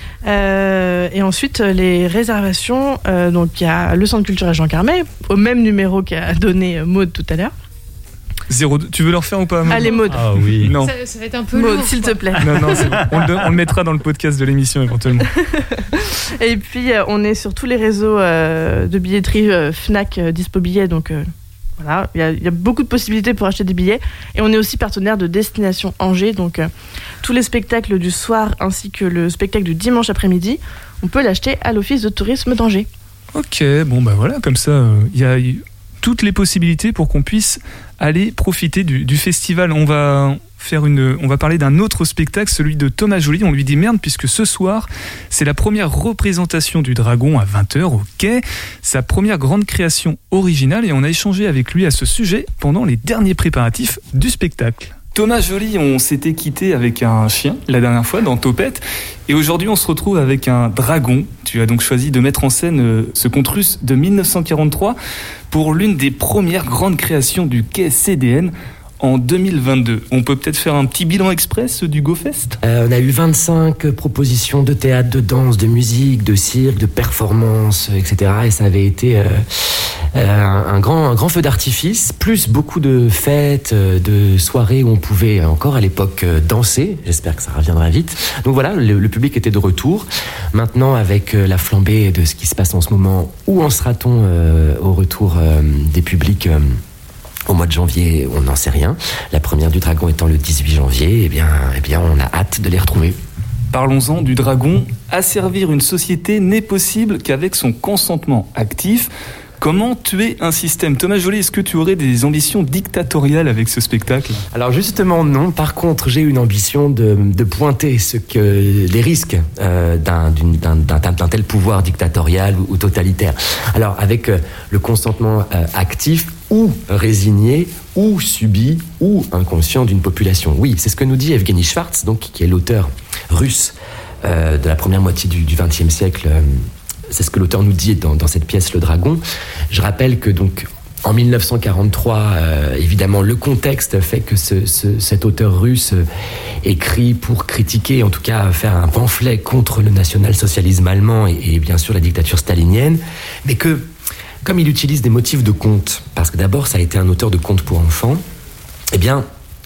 Et ensuite les réservations, donc il y a le centre culturel Jean Carmet au même numéro qu'a donné Maud tout à l'heure. 02. Tu veux le refaire ou pas, Maud ? Allez, Maud. Ah oui. Non. Ça va être un peu Maud, lourd, s'il te plaît. Non, c'est bon. On le mettra dans le podcast de l'émission éventuellement. Et puis on est sur tous les réseaux de billetterie Fnac, Dispo Billets, donc voilà, il y a beaucoup de possibilités pour acheter des billets. Et on est aussi partenaire de Destination Angers, donc tous les spectacles du soir ainsi que le spectacle du dimanche après-midi, on peut l'acheter à l'Office de tourisme d'Angers. Ok, bon bah voilà, comme ça, il y a toutes les possibilités pour qu'on puisse aller profiter du festival. On va parler d'un autre spectacle, celui de Thomas Joly. On lui dit merde puisque ce soir, c'est la première représentation du Dragon à 20h au Quai. Sa première grande création originale et on a échangé avec lui à ce sujet pendant les derniers préparatifs du spectacle. Thomas Joly, on s'était quitté avec un chien la dernière fois dans Topette et aujourd'hui on se retrouve avec un dragon. Tu as donc choisi de mettre en scène ce conte russe de 1943 pour l'une des premières grandes créations du Quai CDN en 2022. On peut peut-être faire un petit bilan express du GoFest ? On a eu 25 propositions de théâtre, de danse, de musique, de cirque, de performance, etc. Et ça avait été un grand feu d'artifice, plus beaucoup de fêtes, de soirées où on pouvait encore à l'époque danser. J'espère que ça reviendra vite. Donc voilà, le public était de retour. Maintenant, avec la flambée de ce qui se passe en ce moment, où en sera-t-on au retour des publics au mois de janvier, on n'en sait rien. La première du Dragon étant le 18 janvier, eh bien, on a hâte de les retrouver. Parlons-en du Dragon. Asservir une société n'est possible qu'avec son consentement actif. Comment tuer un système ? Thomas Joly, est-ce que tu aurais des ambitions dictatoriales avec ce spectacle ? Alors justement non, par contre j'ai une ambition de pointer les risques d'un tel pouvoir dictatorial ou totalitaire. Alors avec le consentement actif ou résigné ou subi ou inconscient d'une population. Oui, c'est ce que nous dit Evgeny Schwartz, donc, qui est l'auteur russe de la première moitié du XXe siècle. C'est ce que l'auteur nous dit dans cette pièce Le Dragon. Je rappelle que donc en 1943, évidemment, le contexte fait que cet auteur russe écrit pour critiquer, en tout cas faire un pamphlet contre le national-socialisme allemand et bien sûr la dictature stalinienne, mais que comme il utilise des motifs de contes, parce que d'abord ça a été un auteur de contes pour enfants, eh bien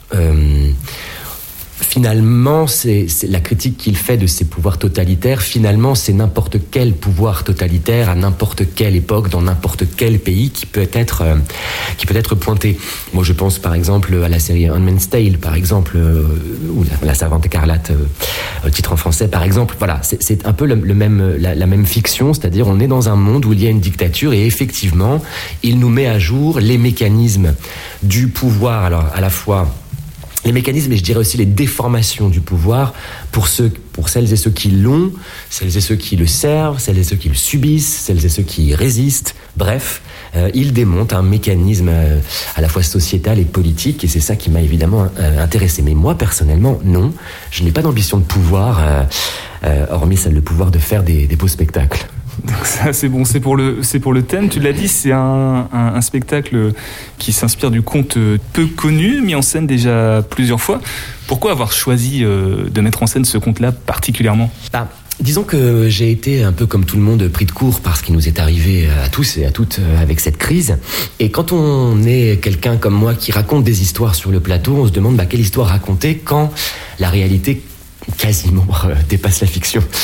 finalement, c'est la critique qu'il fait de ces pouvoirs totalitaires. Finalement, c'est n'importe quel pouvoir totalitaire à n'importe quelle époque, dans n'importe quel pays qui peut être pointé. Moi, je pense par exemple à la série Handmaid's Tale, par exemple, ou la Servante écarlate, titre en français, par exemple. Voilà, c'est un peu la même fiction, c'est-à-dire on est dans un monde où il y a une dictature et effectivement, il nous met à jour les mécanismes du pouvoir. Alors, à la fois les mécanismes, et je dirais aussi les déformations du pouvoir pour celles et ceux qui l'ont, celles et ceux qui le servent, celles et ceux qui le subissent, celles et ceux qui y résistent. Bref, il démonte un mécanisme à la fois sociétal et politique, et c'est ça qui m'a évidemment intéressé. Mais moi, personnellement, non, je n'ai pas d'ambition de pouvoir, hormis celle de pouvoir de faire des beaux spectacles. Donc ça c'est bon, c'est pour le thème. Tu l'as dit, c'est un spectacle qui s'inspire du conte peu connu, mis en scène déjà plusieurs fois. Pourquoi avoir choisi de mettre en scène ce conte-là particulièrement ? Disons que j'ai été un peu comme tout le monde pris de court par ce qui nous est arrivé à tous et à toutes avec cette crise. Et quand on est quelqu'un comme moi qui raconte des histoires sur le plateau, on se demande quelle histoire raconter quand la réalité quasiment dépasse la fiction.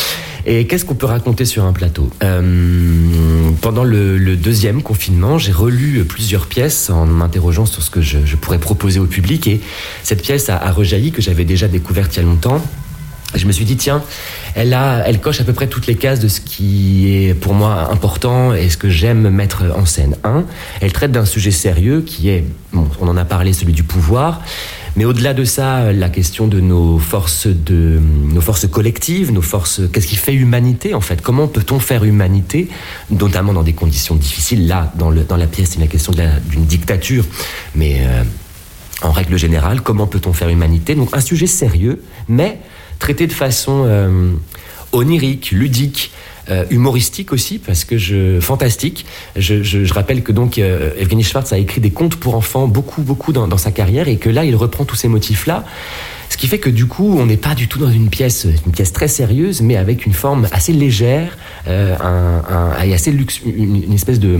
Et qu'est-ce qu'on peut raconter sur un plateau ? Pendant le deuxième confinement, j'ai relu plusieurs pièces en m'interrogeant sur ce que je pourrais proposer au public. Et cette pièce a rejailli, que j'avais déjà découverte il y a longtemps. Je me suis dit, tiens, elle coche à peu près toutes les cases de ce qui est pour moi important et ce que j'aime mettre en scène. Elle traite d'un sujet sérieux qui est, on en a parlé, celui du pouvoir. Mais au-delà de ça, la question de nos forces collectives, qu'est-ce qui fait humanité en fait ? Comment peut-on faire humanité, notamment dans des conditions difficiles ? Là, dans la pièce, c'est la question d'une dictature, mais en règle générale, comment peut-on faire humanité ? Donc un sujet sérieux, mais traité de façon onirique, ludique, humoristique aussi, parce que fantastique. Je rappelle que donc Evgeny Schwartz a écrit des contes pour enfants beaucoup dans sa carrière, et que là il reprend tous ces motifs-là, ce qui fait que du coup on n'est pas du tout dans une pièce très sérieuse, mais avec une forme assez légère, et assez luxe, une espèce de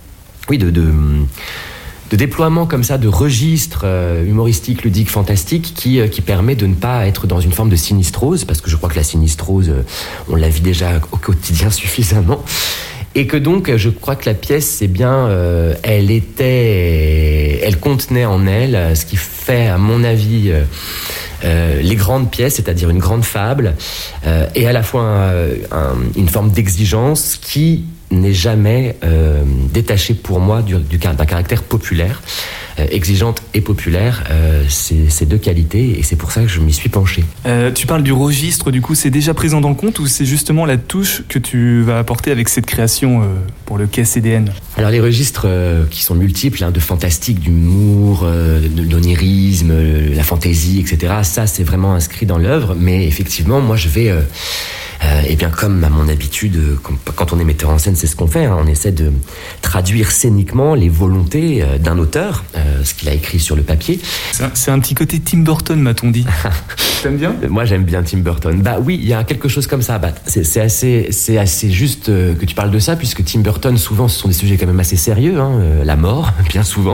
déploiement comme ça, de registre humoristique, ludique, fantastique, qui permet de ne pas être dans une forme de sinistrose, parce que je crois que la sinistrose, on la vit déjà au quotidien suffisamment. Et que donc, je crois que la pièce, c'est bien, elle contenait en elle ce qui fait, à mon avis, les grandes pièces, c'est-à-dire une grande fable, et à la fois une forme d'exigence qui n'est jamais détaché pour moi d'un caractère populaire. Exigeante et populaire, c'est deux qualités, et c'est pour ça que je m'y suis penché. Tu parles du registre, du coup, c'est déjà présent dans le conte, ou c'est justement la touche que tu vas apporter avec cette création pour le quai CDN ? Alors les registres qui sont multiples, de fantastique, d'humour, de l'onirisme, la fantaisie, etc., ça c'est vraiment inscrit dans l'œuvre, mais effectivement moi je vais... et bien comme à mon habitude, quand on est metteur en scène, c'est ce qu'on fait, on essaie de traduire scéniquement les volontés d'un auteur, ce qu'il a écrit sur le papier. C'est un petit côté Tim Burton, m'a-t-on dit. T'aimes bien ? Moi j'aime bien Tim Burton. Bah oui, il y a quelque chose comme ça. C'est assez juste que tu parles de ça, puisque Tim Burton, souvent ce sont des sujets quand même assez sérieux, la mort, bien souvent,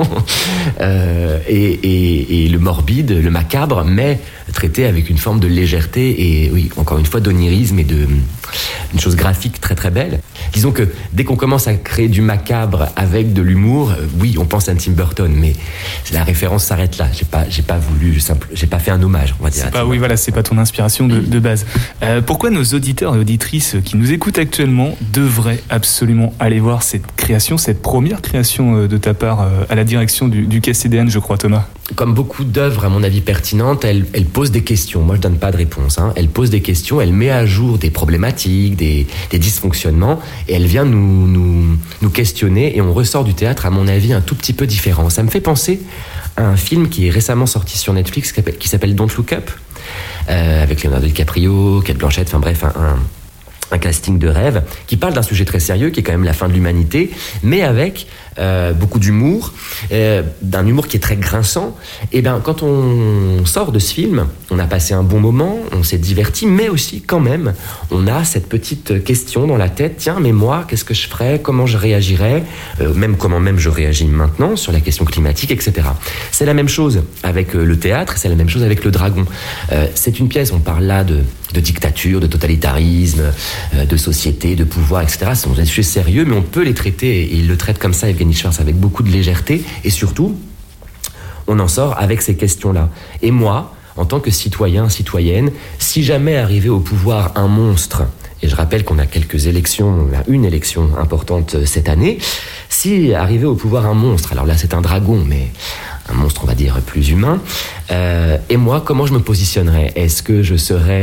et le morbide, le macabre, mais traité avec une forme de légèreté et, oui, encore une fois, d'onirisme et une chose graphique très très belle. Disons que dès qu'on commence à créer du macabre avec de l'humour, oui, on pense à Tim Burton, mais la référence s'arrête là. J'ai pas fait un hommage, on va dire. C'est pas ton inspiration de base. Pourquoi nos auditeurs et auditrices qui nous écoutent actuellement devraient absolument aller voir cette création, cette première création de ta part à la direction du quai CDN, je crois, Thomas ? Comme beaucoup d'œuvres, à mon avis, pertinentes, elle pose des questions. Moi, je donne pas de réponse. Elle pose des questions, elle met à jour des problématiques, des dysfonctionnements, et elle vient nous questionner, et on ressort du théâtre, à mon avis, un tout petit peu différent. Ça me fait penser à un film qui est récemment sorti sur Netflix, qui s'appelle Don't Look Up, avec Leonardo DiCaprio, Cate Blanchett, enfin bref, un casting de rêve, qui parle d'un sujet très sérieux, qui est quand même la fin de l'humanité, mais avec beaucoup d'humour, d'un humour qui est très grinçant. Et bien, quand on sort de ce film, on a passé un bon moment, on s'est diverti, mais aussi, quand même, on a cette petite question dans la tête, tiens, mais moi, qu'est-ce que je ferais, comment je réagirais, comment je réagis maintenant sur la question climatique, etc. C'est la même chose avec le théâtre, c'est la même chose avec le Dragon. C'est une pièce, on parle là de dictature, de totalitarisme, de société, de pouvoir, etc. Ce sont des sujets sérieux, mais on peut les traiter, et il le traite comme ça, Evgeny Schwartz, avec beaucoup de légèreté, et surtout, on en sort avec ces questions-là. Et moi, en tant que citoyen, citoyenne, si jamais arrivait au pouvoir un monstre, et je rappelle qu'on a quelques élections, une élection importante cette année, si arrivait au pouvoir un monstre, alors là c'est un dragon, mais un monstre, on va dire, plus humain. Et moi, comment je me positionnerais ? Est-ce que je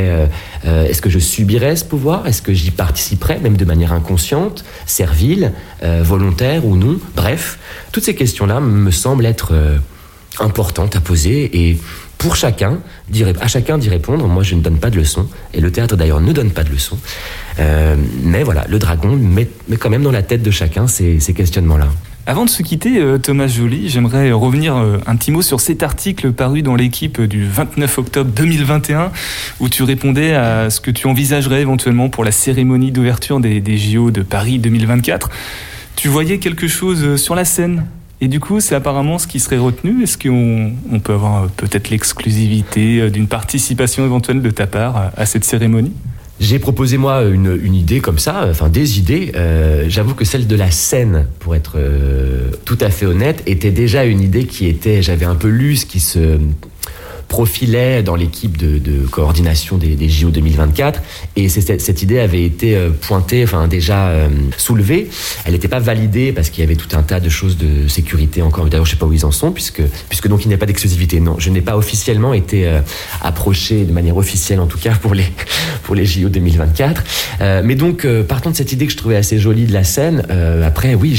subirais ce pouvoir ? Est-ce que j'y participerais, même de manière inconsciente, servile, volontaire ou non ? Bref, toutes ces questions-là me semblent être importantes à poser, et pour chacun d'y répondre. Moi, je ne donne pas de leçons, et le théâtre d'ailleurs ne donne pas de leçons. Mais voilà, le Dragon met quand même dans la tête de chacun ces questionnements-là. Avant de se quitter, Thomas Joly, j'aimerais revenir un petit mot sur cet article paru dans l'Équipe du 29 octobre 2021, où tu répondais à ce que tu envisagerais éventuellement pour la cérémonie d'ouverture des JO de Paris 2024. Tu voyais quelque chose sur la scène, et du coup, c'est apparemment ce qui serait retenu. Est-ce qu'on peut avoir peut-être l'exclusivité d'une participation éventuelle de ta part à cette cérémonie ? J'ai proposé moi une idée comme ça, enfin des idées. J'avoue que celle de la scène, pour être tout à fait honnête, était déjà une idée j'avais un peu lu ce qui se profilait dans l'équipe de coordination des JO 2024, et cette idée avait été pointée, enfin déjà soulevée. Elle n'était pas validée parce qu'il y avait tout un tas de choses de sécurité encore. D'ailleurs, je sais pas où ils en sont, puisque donc il n'y a pas d'exclusivité. Non, je n'ai pas officiellement été approché de manière officielle, en tout cas pour les JO 2024. Mais donc, partant de cette idée que je trouvais assez jolie de la scène, après, oui,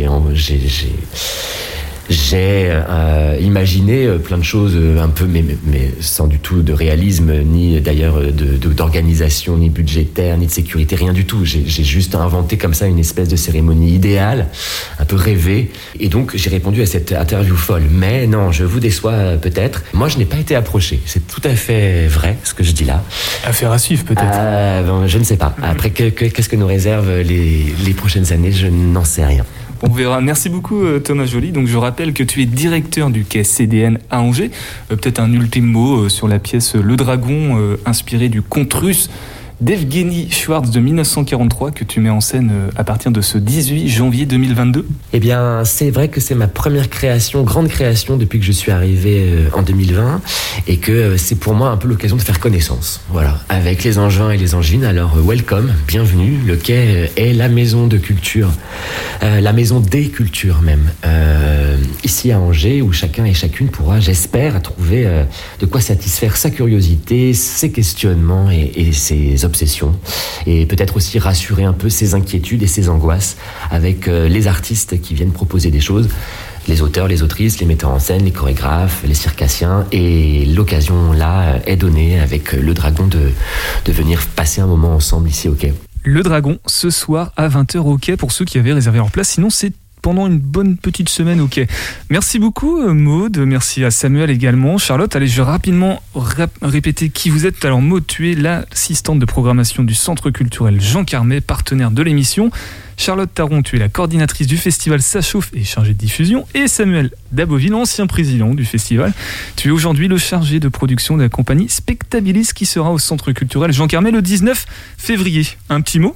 j'ai imaginé plein de choses un peu, mais sans du tout de réalisme, ni d'ailleurs d'organisation, ni budgétaire, ni de sécurité, rien du tout. J'ai juste inventé comme ça une espèce de cérémonie idéale, un peu rêvée. Et donc j'ai répondu à cette interview folle. Mais non, je vous déçois peut-être. Moi, je n'ai pas été approché. C'est tout à fait vrai ce que je dis là. Affaire à suivre peut-être. Bon, je ne sais pas. Après, qu'est-ce que nous réservent les prochaines années? Je n'en sais rien. On verra. Merci beaucoup Thomas Joly. Donc je rappelle que tu es directeur du quai CDN à Angers. Peut-être un ultime mot sur la pièce Le Dragon, inspirée du conte russe d'Evgeny Schwartz de 1943, que tu mets en scène à partir de ce 18 janvier 2022. Eh bien, c'est vrai que c'est ma première grande création depuis que je suis arrivé en 2020, et que c'est pour moi un peu l'occasion de faire connaissance, voilà, avec les Angevins et les Angevines. Alors, welcome, bienvenue. Le quai est la maison de culture, la maison des cultures même, ici à Angers, où chacun et chacune pourra, j'espère, trouver de quoi satisfaire sa curiosité, ses questionnements et ses obsessions, et peut-être aussi rassurer un peu ses inquiétudes et ses angoisses avec les artistes qui viennent proposer des choses, les auteurs, les autrices, les metteurs en scène, les chorégraphes, les circassiens. Et l'occasion là est donnée avec Le Dragon de venir passer un moment ensemble ici au quai. Le Dragon, ce soir à 20h au quai pour ceux qui avaient réservé leur place. Sinon, c'est pendant une bonne petite semaine au quai. Merci beaucoup Maud, merci à Samuel également. Charlotte, allez, je vais rapidement répéter qui vous êtes. Alors Maud, tu es l'assistante de programmation du Centre culturel Jean Carmet, partenaire de l'émission. Charlotte Taron, tu es la coordinatrice du festival Ça Chauffe et chargée de diffusion. Et Samuel Daboville, ancien président du festival, tu es aujourd'hui le chargé de production de la compagnie Spectabilis qui sera au Centre culturel Jean Carmet le 19 février. Un petit mot ?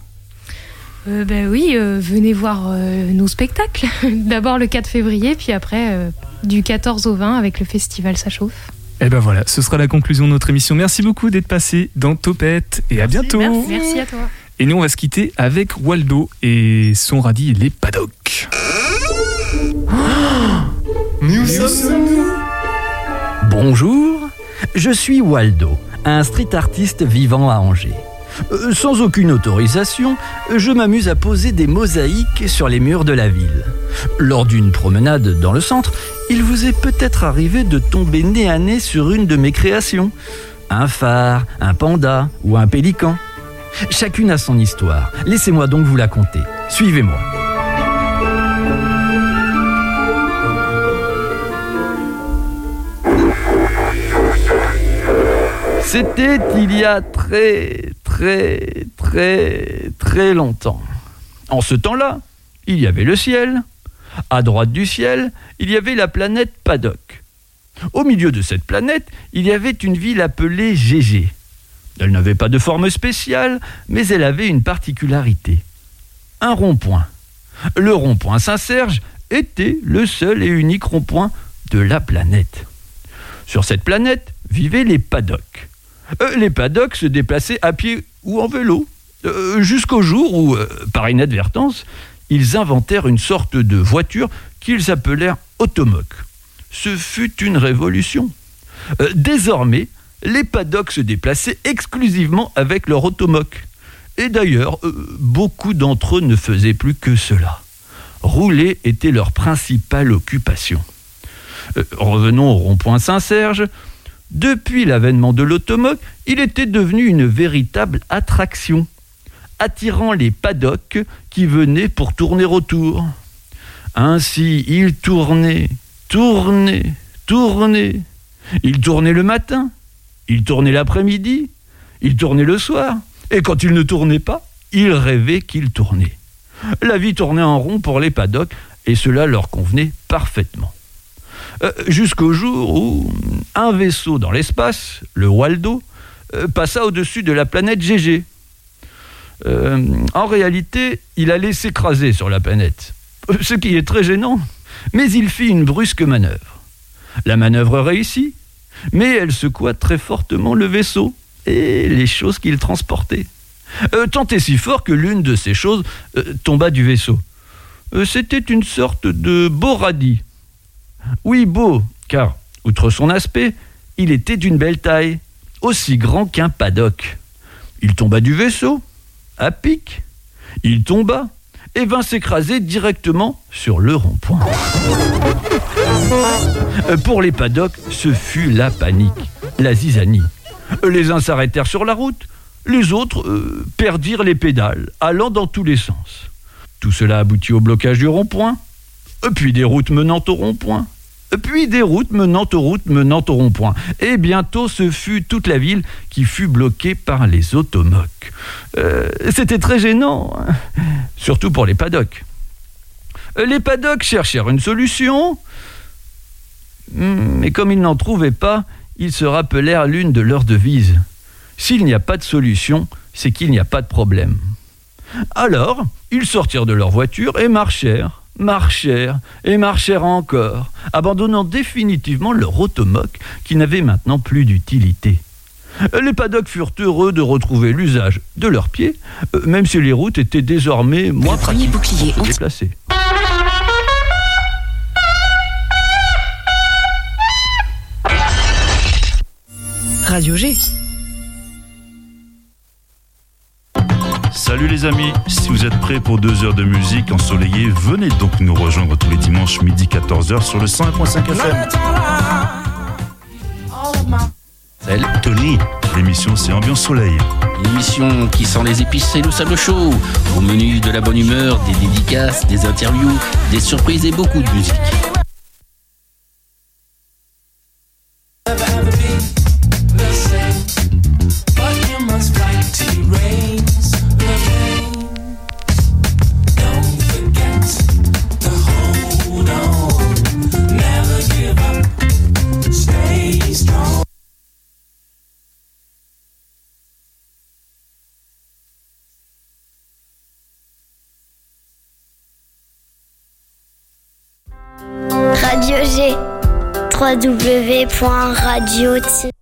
Oui, venez voir nos spectacles. D'abord le 4 février, puis après du 14 au 20 avec le festival Ça Chauffe. Et ben voilà, ce sera la conclusion de notre émission. Merci beaucoup d'être passé dans Topette et à bientôt. Merci à toi. Et nous on va se quitter avec Waldo et son radis Les Paddocks. Nous sommes nous. Bonjour, je suis Waldo, un street artiste vivant à Angers. Sans aucune autorisation, je m'amuse à poser des mosaïques sur les murs de la ville. Lors d'une promenade dans le centre, il vous est peut-être arrivé de tomber nez à nez sur une de mes créations. Un phare, un panda ou un pélican. Chacune a son histoire. Laissez-moi donc vous la conter. Suivez-moi. C'était il y a très longtemps. En ce temps-là, il y avait le ciel. À droite du ciel, il y avait la planète Paddock. Au milieu de cette planète, il y avait une ville appelée Gégé. Elle n'avait pas de forme spéciale, mais elle avait une particularité. Un rond-point. Le rond-point Saint-Serge était le seul et unique rond-point de la planète. Sur cette planète vivaient les Paddocks. Les Paddocks se déplaçaient à pied ou en vélo, jusqu'au jour où, par inadvertance, ils inventèrent une sorte de voiture qu'ils appelèrent automoque. Ce fut une révolution. Désormais, les Paddocks se déplaçaient exclusivement avec leur automoque. Et d'ailleurs, beaucoup d'entre eux ne faisaient plus que cela. Rouler était leur principale occupation. Revenons au rond-point Saint-Serge. Depuis l'avènement de l'automoque, il était devenu une véritable attraction, attirant les Paddocks qui venaient pour tourner autour. Ainsi, ils tournaient. Ils tournaient le matin, ils tournaient l'après-midi, ils tournaient le soir. Et quand ils ne tournaient pas, ils rêvaient qu'ils tournaient. La vie tournait en rond pour les Paddocks et cela leur convenait parfaitement. Jusqu'au jour où un vaisseau dans l'espace, le Waldo, passa au-dessus de la planète Gégé. En réalité, il allait s'écraser sur la planète, ce qui est très gênant. Mais il fit une brusque manœuvre. La manœuvre réussit, mais elle secoua très fortement le vaisseau et les choses qu'il transportait. Tant et si fort que l'une de ces choses tomba du vaisseau. C'était une sorte de beau radis. Oui, beau, car, outre son aspect, il était d'une belle taille, aussi grand qu'un paddock. Il tomba du vaisseau, à pic. Il tomba et vint s'écraser directement sur le rond-point. Pour les paddocks, ce fut la panique, la zizanie. Les uns s'arrêtèrent sur la route, les autres perdirent les pédales, allant dans tous les sens. Tout cela aboutit au blocage du rond-point, puis des routes menant au rond-point, puis des routes menant aux routes menant au rond-point. Et bientôt, ce fut toute la ville qui fut bloquée par les automocs. C'était très gênant, hein, surtout pour les paddocks. Les paddocks cherchèrent une solution, mais comme ils n'en trouvaient pas, ils se rappelèrent l'une de leurs devises. S'il n'y a pas de solution, c'est qu'il n'y a pas de problème. Alors, ils sortirent de leur voiture et marchèrent encore, abandonnant définitivement leur automoc qui n'avait maintenant plus d'utilité. Les paddocks furent heureux de retrouver l'usage de leurs pieds, même si les routes étaient désormais moins pratiques pour se déplacer. Radio G. Salut les amis, si vous êtes prêts pour 2 heures de musique ensoleillée, venez donc nous rejoindre tous les dimanches midi 14h sur le 101.5 FM. Salut Tony. L'émission c'est Ambiance Soleil. Une émission qui sent les épices et le sable chaud. Au menu de la bonne humeur, des dédicaces, des interviews, des surprises et beaucoup de musique. Radio G, www.radio-g